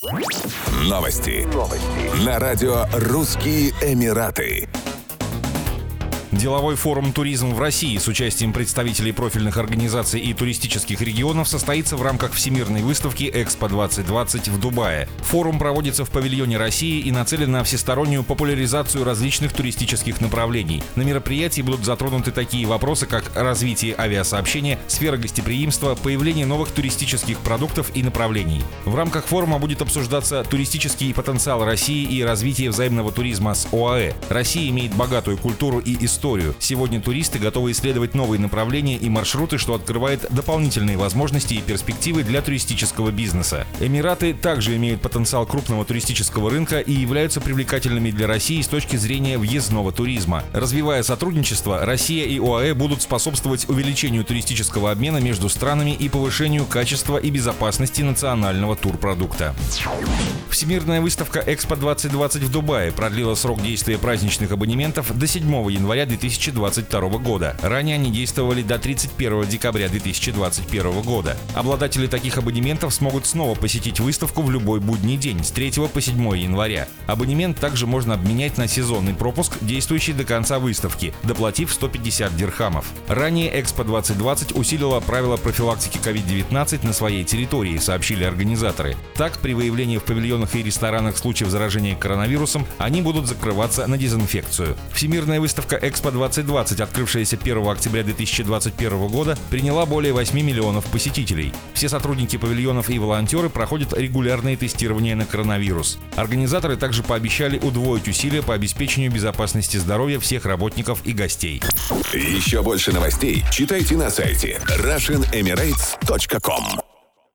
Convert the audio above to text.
Новости. На радио «Русские Эмираты». Деловой форум «Туризм в России» с участием представителей профильных организаций и туристических регионов состоится в рамках Всемирной выставки «Экспо-2020» в Дубае. Форум проводится в павильоне России и нацелен на всестороннюю популяризацию различных туристических направлений. На мероприятии будут затронуты такие вопросы, как развитие авиасообщения, сфера гостеприимства, появление новых туристических продуктов и направлений. В рамках форума будет обсуждаться туристический потенциал России и развитие взаимного туризма с ОАЭ. Россия имеет богатую культуру и историю. Сегодня туристы готовы исследовать новые направления и маршруты, что открывает дополнительные возможности и перспективы для туристического бизнеса. Эмираты также имеют потенциал крупного туристического рынка и являются привлекательными для России с точки зрения въездного туризма. Развивая сотрудничество, Россия и ОАЭ будут способствовать увеличению туристического обмена между странами и повышению качества и безопасности национального турпродукта. Всемирная выставка «Экспо-2020» в Дубае продлила срок действия праздничных абонементов до 7 января 2022 года. Ранее они действовали до 31 декабря 2021 года. Обладатели таких абонементов смогут снова посетить выставку в любой будний день с 3 по 7 января. Абонемент также можно обменять на сезонный пропуск, действующий до конца выставки, доплатив 150 дирхамов. Ранее Экспо-2020 усилила правила профилактики COVID-19 на своей территории, сообщили организаторы. Так, при выявлении в павильонах и ресторанах случаев заражения коронавирусом, они будут закрываться на дезинфекцию. Всемирная выставка Экспо-2020, открывшаяся 1 октября 2021 года, приняла более 8 миллионов посетителей. Все сотрудники павильонов и волонтеры проходят регулярные тестирования на коронавирус. Организаторы также пообещали удвоить усилия по обеспечению безопасности здоровья всех работников и гостей. Еще больше новостей читайте на сайте RussianEmirates.com.